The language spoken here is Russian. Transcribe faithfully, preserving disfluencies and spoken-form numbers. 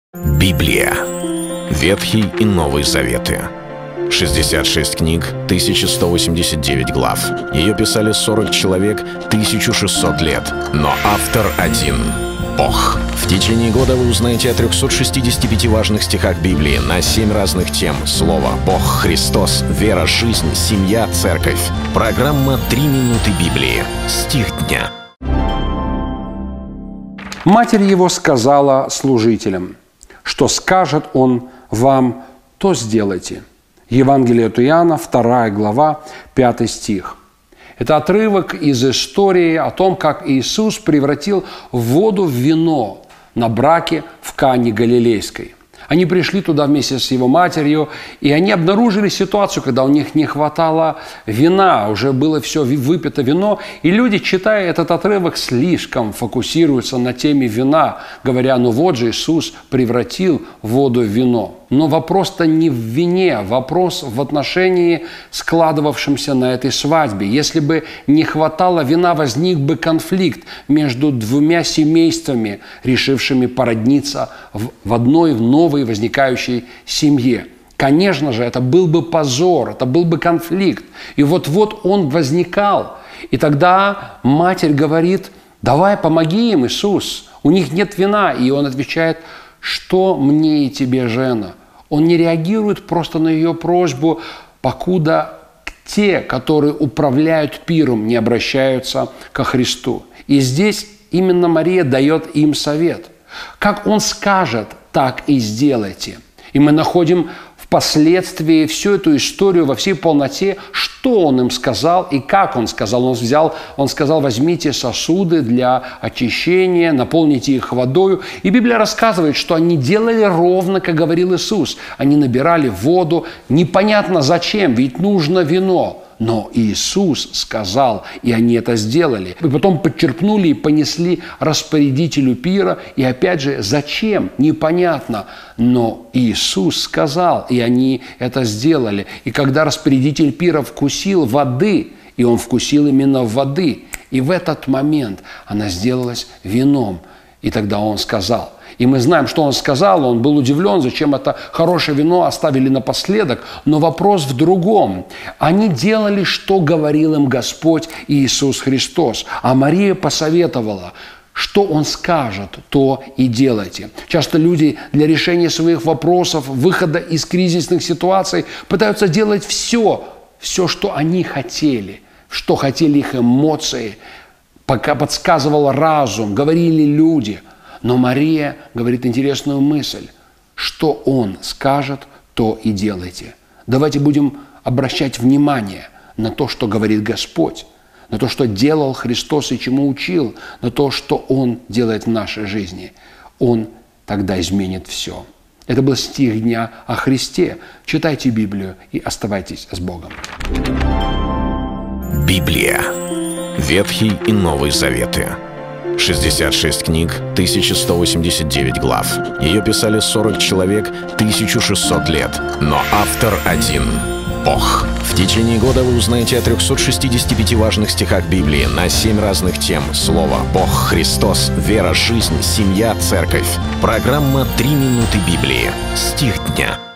Библия. Ветхий и Новый Заветы. шестьдесят шесть книг, тысяча сто восемьдесят девять глав. Ее писали сорок человек, тысяча шестьсот лет. Но автор один — Бог. В течение года вы узнаете о трёхстах шестидесяти пяти важных стихах Библии на семь разных тем. Слово, Бог, Христос, вера, жизнь, семья, церковь. Программа «Три минуты Библии». Стих дня. Матерь его сказала служителям: что скажет он вам, то сделайте. Евангелие от Иоанна, вторая глава, пятый стих. Это отрывок из истории о том, как Иисус превратил воду в вино на браке в Кане Галилейской. Они пришли туда вместе с его матерью, и они обнаружили ситуацию, когда у них не хватало вина, уже было все выпито вино, и люди, читая этот отрывок, слишком фокусируются на теме вина, говоря: ну вот же Иисус превратил воду в вино. Но вопрос-то не в вине, вопрос в отношении, складывавшемся на этой свадьбе. Если бы не хватало вина, возник бы конфликт между двумя семействами, решившими породниться в одной новой возникающей семье. Конечно же, это был бы позор, это был бы конфликт. И вот-вот он возникал. И тогда матерь говорит: давай помоги им, Иисус, у них нет вина. И он отвечает: что мне и тебе, жена? Он не реагирует просто на ее просьбу, покуда те, которые управляют пиром, не обращаются ко Христу. И здесь именно Мария дает им совет. Как он скажет, так и сделайте. И мы находим впоследствии всю эту историю во всей полноте, что он им сказал и как он сказал. Он взял, он сказал: возьмите сосуды для очищения, наполните их водою. И Библия рассказывает, что они делали ровно, как говорил Иисус. Они набирали воду, непонятно зачем, ведь нужно вино. Но Иисус сказал, и они это сделали. И потом подчерпнули и понесли распорядителю пира. И опять же, зачем? Непонятно. Но Иисус сказал, и они это сделали. И когда распорядитель пира вкусил воды, и он вкусил именно воды, и в этот момент она сделалась вином. И тогда он сказал. И мы знаем, что он сказал. Он был удивлен, зачем это хорошее вино оставили напоследок. Но вопрос в другом. Они делали, что говорил им Господь Иисус Христос. А Мария посоветовала: что Он скажет, то и делайте. Часто люди для решения своих вопросов, выхода из кризисных ситуаций пытаются делать все, все, что они хотели, что хотели их эмоции, пока подсказывал разум, говорили люди. Но Мария говорит интересную мысль: что Он скажет, то и делайте. Давайте будем обращать внимание на то, что говорит Господь, на то, что делал Христос и чему учил, на то, что Он делает в нашей жизни. Он тогда изменит все. Это был стих дня о Христе. Читайте Библию и оставайтесь с Богом. Библия. Ветхий и Новый Заветы. шестьдесят шесть книг, тысяча сто восемьдесят девять глав. Ее писали сорок человек, тысяча шестьсот лет. Но автор один — Бог. В течение года вы узнаете о трёхстах шестидесяти пяти важных стихах Библии на семь разных тем. Слово, Бог, Христос, вера, жизнь, семья, церковь. Программа «Три минуты Библии». Стих дня.